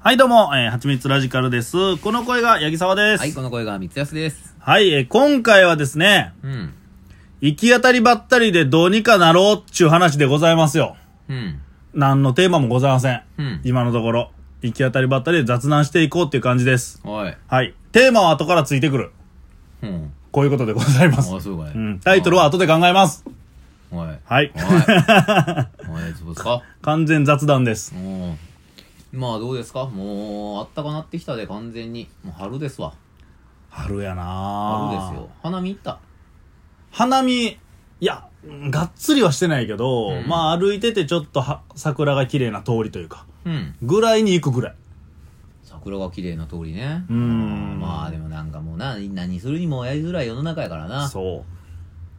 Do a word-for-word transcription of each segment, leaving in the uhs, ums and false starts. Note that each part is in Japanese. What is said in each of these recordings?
はいどうも、えー、はちみつラジカルです。この声が八木沢です。 はい、この声が三安です。 はい、えー、今回はですね、 うん。 行き当たりばったりでどうにかなろうっちゅう話でございますよ。 うん。 何のテーマもございません。 うん。 今のところ。行き当たりばったりで雑談していこうっていう感じです。 はい。 はい。テーマは後からついてくる。 うん。 こういうことでございます。 あ、そうかい。 うん。タイトルは後で考えます。 はい。 はい。 はい。はい、そうですか。 完全雑談です。 うん。まあどうですか、もう、あったかなってきたで完全に。もう春ですわ。 春やな春ですよ。花見行った。 花見、いや、がっつりはしてないけど、 うん、 まあ歩いててちょっとは桜が綺麗な通りというか、 うん。 ぐらいに行くぐらい。 桜が綺麗な通りね。 うん。 まあでもなんかもうな、何するにもやりづらい世の中やからな。 そう。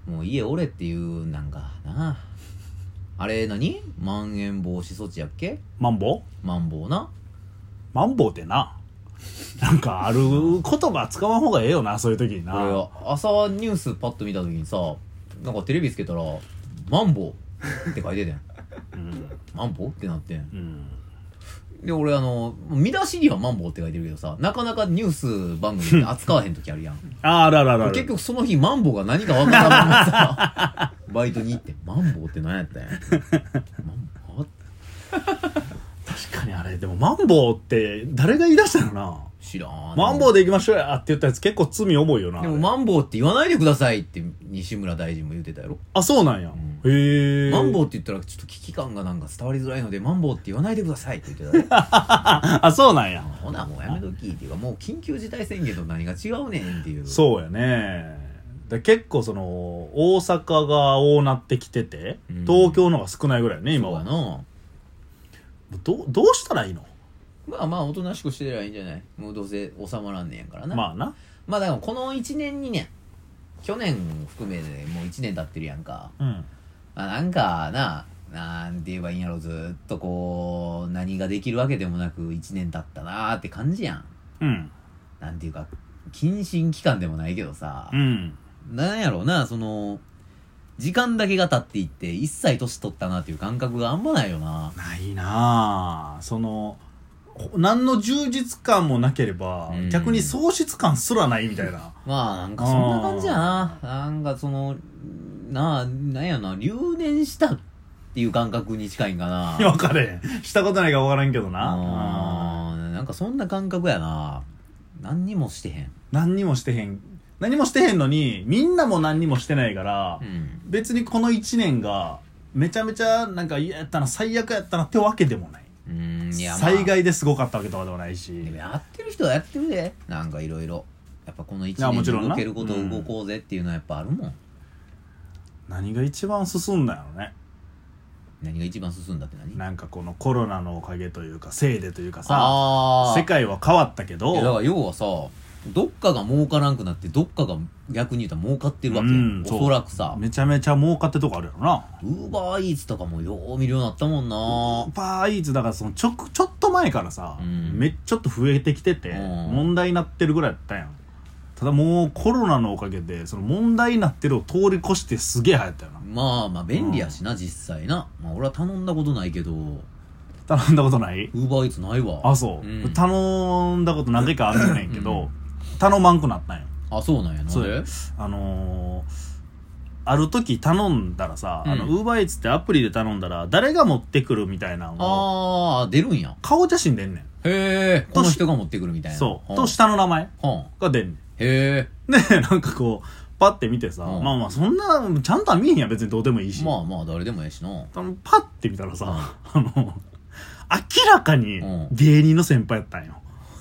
もう家おれっていう、なんかな。あれ何まん延防止措置やっけ、 マンボウマンボウな。 マンボウってな。なんかある言葉使わん方がええよな、そういう時にな。 俺朝ニュースパッと見た時にさ、なんかテレビつけたらマンボウって書いててん、うん、マンボウってなってん、うん、で俺あの見出しにはマンボウって書いてるけどさ、なかなかニュース番組で扱わへん時あるやんあ、あるあるあるある。 結局その日マンボウが何かわからんままさバイトに行って、マンボウって何やったんやマンボウ確かにあれ、でもマンボウって誰が言い出したのな。 知らん。 マンボウで行きましょうやって言ったやつ結構罪重いよな。 でもマンボウって言わないでくださいって西村大臣も言ってたやろ。 あ、そうなんや、うん、へえ。 マンボウって言ったらちょっと危機感がなんか伝わりづらいので、マンボウって言わないでくださいって言ってたよあ、そうなんや。 ほなもうやめときっていうか、もう緊急事態宣言と何が違うねんっていう。 そうやね。で結構その大阪が多なってきてて、うん、東京のが少ないぐらいね今は。 そうやな。 ど, どうしたらいいの。 まあまあおとなしくしてればいいんじゃない。もうどうせ収まらんねんやからな。 まあな。 まあだからこのいちねんにねん、去年含めでもういちねん経ってるやんか。うん。まあなんかな、なんて言えばいいんやろ、ずっとこう何ができるわけでもなくいちねん経ったなーって感じやん。うん。なんていうか謹慎期間でもないけどさ。うん。なんやろうな、その時間だけが経っていって一切年取ったなっていう感覚があんまないよな。 ないなぁ。その何の充実感もなければ、うん、逆に喪失感すらないみたいな。 まあなんかそんな感じやな。なんかそのなあ、なんやな、留年したっていう感覚に近いんかな。 分かれへん。したことないか分からんけどな。 あー、なんかそんな感覚やな。何にもしてへん。 何にもしてへん。何もしてへんのにみんなも何にもしてないから、うん、別にこのいちねんがめちゃめちゃなんか嫌やったな、最悪やったなってわけでもない。うーん、いや、まあ、災害ですごかったわけとかでもないし。 でもやってる人はやってるで、なんかいろいろやっぱこのいちねんで動けることを動こうぜっていうのはやっぱあるもん、うん、 何が一番進んだんやろね。 何が一番進んだって何？ なんかこのコロナのおかげというかせいでというかさ、世界は変わったけど、 いやだから要はさ、どっかが儲からんくなってどっかが逆に言うたら儲かってるわけや、うん、おそらくさ。 めちゃめちゃ儲かってるとこあるやろな。 ウーバーイーツとかもよう見るようになったもんな。 ウーバーイーツだからそのちょちょっと前からさ、うん、めっちょっと増えてきてて、うん、問題になってるぐらいやったやん。ただもうコロナのおかげでその問題になってるを通り越してすげえ流行ったよな。 まあまあ便利やしな、うん、実際な。まあ俺は頼んだことないけど。 頼んだことない？ ウーバーイーツないわ。 あ、そう、うん、頼んだこと何回かあるねんけど、うん、頼まんくなったんよ。 あ、そうなんやな。 それあのー、ある時頼んだらさ、うん、あのウーバーイーツってアプリで頼んだら誰が持ってくるみたいなのを、あー、出るんや。 顔写真出んねん。 へー、この人が持ってくるみたいな。 そう。と下の名前が出んねん。 へー。で、なんかこうパッて見てさ、まあまあそんなちゃんとは見えへんやん、別にどうでもいいし。 まあまあ誰でもええしな。 あのパッて見たらさ、あの明らかに芸人の先輩やったんよ。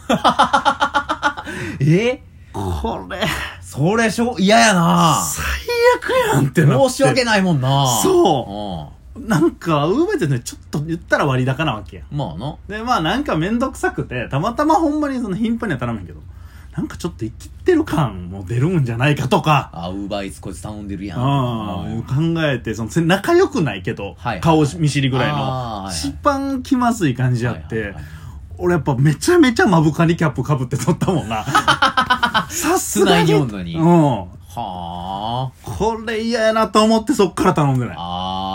えこれそれしょ嫌やな。 最悪やんってなって。 申し訳ないもんな。 そう、うん、なんかウーバーイーツね、ちょっと言ったら割高なわけや。 まあな。 でまあなんかめんどくさくて、たまたまほんまにその頻繁には頼めんけど、なんかちょっと生きってる感も出るんじゃないかとか。 あ、ウーバーイーツこいつ頼んでるやん。 ああ、考えて、その仲良くないけど、はいはいはい、顔見知りぐらいの一番気まずい感じやって、はいはいはい、俺やっぱめちゃめちゃ目深にキャップかぶって撮ったもんな。さすがに。 にうん。はあ。 これ嫌やなと思ってそっから頼んでない。 あー、で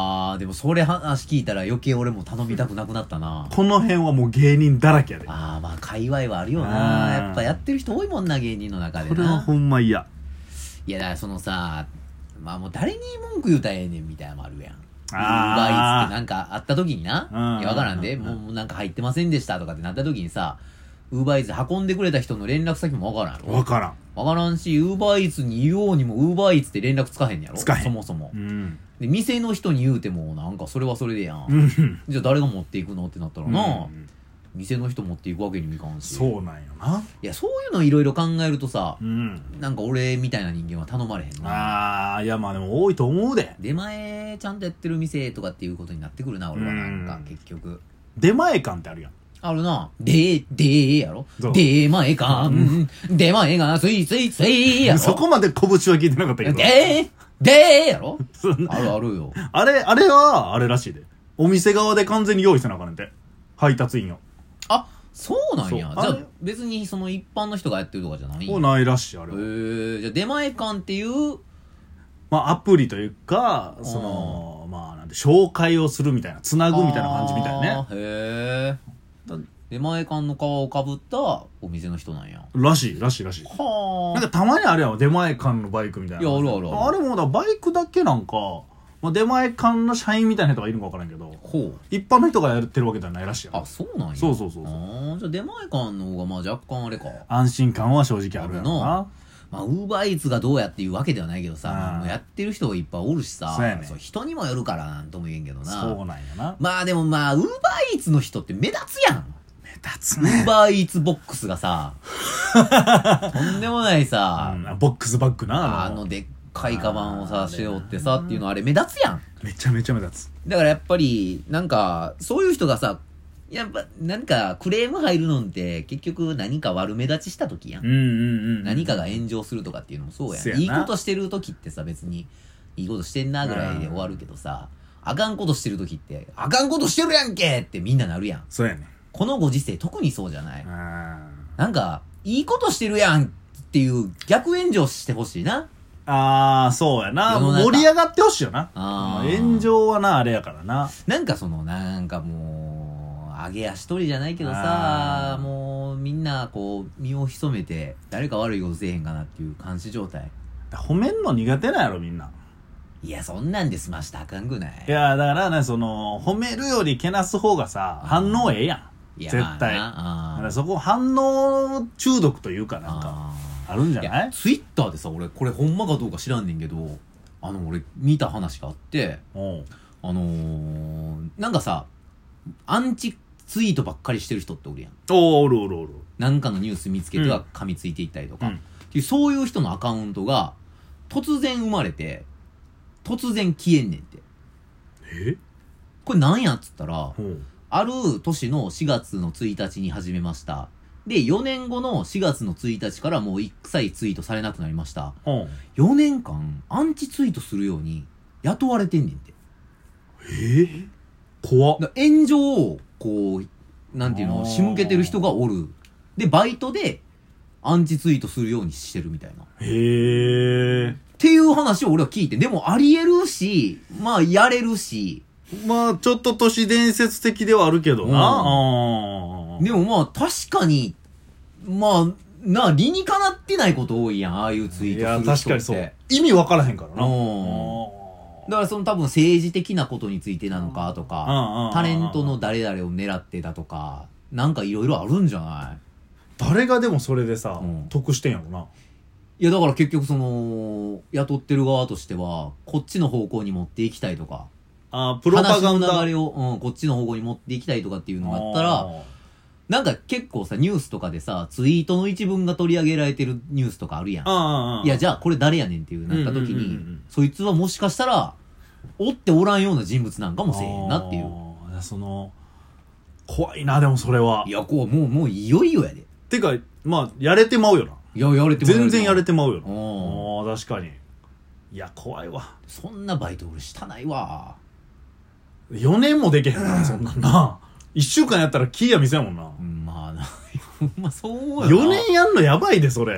でもそれ話聞いたら余計俺も頼みたくなくなったな。 この辺はもう芸人だらけやで。 ああ、まあ界隈はあるよな。やっぱやってる人多いもんな、芸人の中でな。 これはほんま嫌。 いやだからそのさ、まあもう誰に文句言うたらええねんみたいなのもあるやん。 あーウーバーイーツってなんかあった時にな、 うんいやわからんで、 うんもうなんか入ってませんでしたとかってなった時にさ、ウーバーイーツ運んでくれた人の連絡先もわからんやろ。 わからん。 わからんし、ウーバーイーツに言おうにもウーバーイーツって連絡つかへんやろ。 つかへんそもそも。 うんで、店の人に言うてもなんかそれはそれでやん。 うんじゃあ誰が持っていくのってなったらな、 うん店の人持っていくわけにもいかんし。 そうなんよな。 いや、そういうのいろいろ考えるとさ、 うんなんか俺みたいな人間は頼まれへんな。 あーいやまあでも多いと思うで。 出前ちゃんとやってる店とかっていうことになってくるな、俺はなんかうん結局。 出前感ってあるやん。 あるな。で、でやろそう出前感、出前がスイスイスイやろそこまで拳は聞いてなかったけど。 で、でやろそんなあるあるよ。 あれ、あれは、あれらしいで。お店側で完全に用意せなあかんねんて。配達員を。 あ、そうなんや。じゃあそうあれ別にその一般の人がやってるとかじゃないんや。 もうないらしい、あれえは。 ー、じゃあ出前館っていう、 まあ、アプリというか、その、まあ、なんで、紹介をするみたいな、つなぐみたいな感じみたいね。 あーへだえ。出前館の皮をかぶったお店の人なんや。 らしい、らしい、らしい。 はなんかたまにあるやん、出前館のバイクみたいな。 いやあるあるあるあれもだからバイクだけなんか、まあ、出前館の社員みたいな人がいるのか分からんけど、 ほう。 一般の人がやってるわけじゃないらしいやん。 あ、そうなんや。 そうそうそうそうあーじゃあ出前館の方がまあ若干あれか。 安心感は正直あるやろな。 まあ、ウーバーイーツがどうやっていうわけではないけどさ、 うんまあもうやってる人がいっぱいおるしさ、 そうやねそう人にもよるからなんとも言えんけどな。 そうなんやな。 まあでもまあ、ウーバーイーツの人って目立つやん。 目立つウーね。 バーイーツボックスがさ、とんでもないさ、 うんボックスバッグな。 あのでっかいカバンをさ、背負ってさっていうのあれ目立つやん。 めちゃめちゃ目立つ。 だからやっぱり、なんか、そういう人がさ、やっぱ、なんか、クレーム入るのって、結局何か悪目立ちした時やん。 うんうんうん。 何かが炎上するとかっていうのもそうやん。 そうやないいことしてる時ってさ、別に、いいことしてんなぐらいで終わるけどさ、あかんことしてる時って、あかんことしてるやんけってみんななるやん。 そうやね。 このご時世特にそうじゃない？ あなんか、いいことしてるやんっていう逆炎上してほしいな。 あー、そうやな。 世の中盛り上がってほしいよな。 あー炎上はな、あれやからな。 なんかその、なんかもう、揚げ足取りじゃないけどさあ、ーもうみんなこう、身を潜めて、誰か悪いことせえへんかなっていう監視状態。 褒めんの苦手なんやろ、みんな。 いや、そんなんで済ましたらあかんくないいや、だからね、その、褒めるよりけなす方がさ、反応ええやん。 いや絶対。 まあなあーだからそこ反応中毒というかなんか、 ああるんじゃーないいツイッターでさ、俺、これほんまかどうか知らんねんけど、あの、俺、見た話があって、 おうあのー、なんかさ、アンチツイートばっかりしてる人っておるやん。 おーおるおるおる。 なんかのニュース見つけてうんは噛みついていったりとか、 うんっていうそういう人のアカウントが突然生まれて突然消えんねんって。 えこれなんやっつったら、 ほう。 ある年のしがつのついたちに始めました。でよねんごのしがつのついたちからもう一切ツイートされなくなりました。 ほう。 よねんかんアンチツイートするように雇われてんねんって。 え怖っ。 だから炎上をこうなんていうのあー仕向けてる人がおる。でバイトでアンチツイートするようにしてるみたいな。 へえ。 っていう話を俺は聞いて、でもあり得るし、まあやれるし、 まあ、ちょっと都市伝説的ではあるけどな。 うんあーでもまあ確かに、まあ、な、理にかなってないこと多いやん、ああいうツイいや、 ートする人って。 確かにそう。意味わからへんからな。 うんあだからその多分政治的なことについてなのかとうんかうんうん、 タレントの誰々を狙ってだとか、なんかいろいろあるんじゃない誰がでもそれでさ、 うん得してんやろな。 いやだから結局その、雇ってる側としては、こっちの方向に持っていきたいとか、 あープロパガンダ。 話の流れを、うん、こっちの方向に持っていきたいとかっていうのがあったら、なんか結構さ、ニュースとかでさ、ツイートの一文が取り上げられてるニュースとかあるやん。 ああ、 いや、じゃあこれ誰やねんっていうなった時に、 うんうんうんうんそいつはもしかしたら、おっておらんような人物なんかもせえへんなっていう。 あーその、怖いな、でもそれは。 いや、こう、もう、もういよいよやで。 てか、まあ、やれてまうよな。 いや、やれても全然やれてまうよな。 うんああ、確かに。いや、怖いわ。 そんなバイト俺したないわ。 よねんもできへんな、そんなんな。いっしゅうかんやったらキーや店やもんな。 うんまあな、ほんまそう思うよな。 よねんやんのやばいで、それ。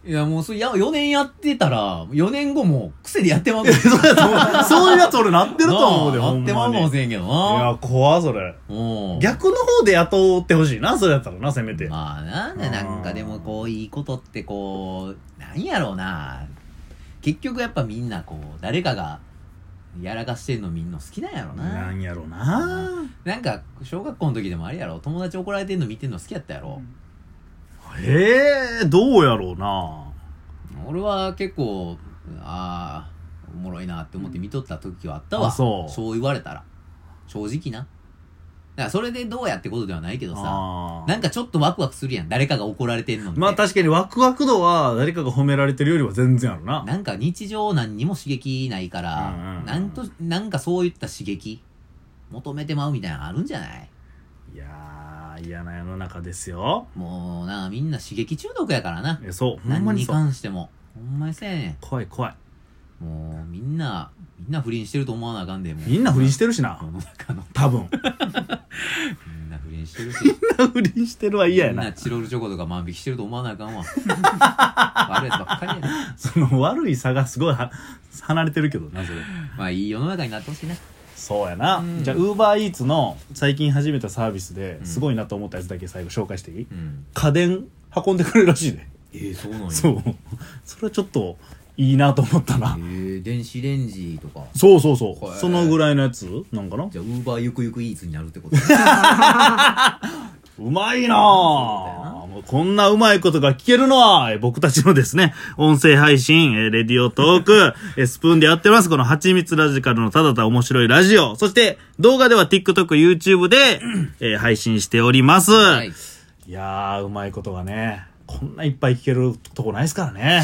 いやもうそれやよねんやってたらよねんごも癖でやってまうかそうやと思うそういうやつ俺なってると思うでなほんまにってまうかもしれんけどいな。 や怖それうん逆の方で雇ってほしいなそれやったらなせめてまあななんかでもこういいことってこうなんやろうな結局やっぱみんなこう誰かがやらかしてんのみんな好きなんやろな。 なんやろななんか小学校の時でもあれやろ友達怒られてんの見てんの好きやったやろ。 ええー、どうやろうな俺は結構ああおもろいなって思って見とった時はあったわ。 あそうそう言われたら正直な。だからそれでどうやってことではないけどさなんかちょっとワクワクするやん誰かが怒られてんのって。 まあ確かにワクワク度は誰かが褒められてるよりは全然あるな。 なんか日常何にも刺激ないから、 うんうんうん、 なんとなんかそういった刺激求めてまうみたいなのあるんじゃない。 いやー嫌な世の中ですよ。 もうなみんな刺激中毒やからな。 えそう何にそう関してもほんまにそうやねん。 怖い怖い。 もうみんなみんな不倫してると思わなあかんで。もうみんな不倫してるしな世の中の多分みんな不倫してるしみんな不倫してるは嫌やな。 みんなチロルチョコとか万引きしてると思わなあかんわ悪いやつばっかりやな。 その悪い差がすごいは離れてるけどなそれ。 まあいい世の中になってほしいな。 そうやな、うん、じゃあウーバーイーツの最近始めたサービスですごいなと思ったやつだけ最後紹介していい、うん、家電運んでくれるらしいで。 えー、そうなんや。 そうそれはちょっといいなと思ったな。 えー、電子レンジとか。 そうそうそうそのぐらいのやつなんかな。 じゃあウーバーゆくゆくイーツになるってことうまいなぁ。こんなうまいことが聞けるのは、僕たちのですね、音声配信、レディオトーク、スプーンでやってます。このはちみつラジカルのただただ面白いラジオ。そして、動画では TikTok、YouTube で、えー、配信しております。はい、いやー、うまいことがね、こんないっぱい聞けるとこないですからね。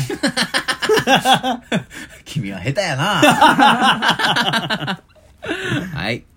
君は下手やな。はい。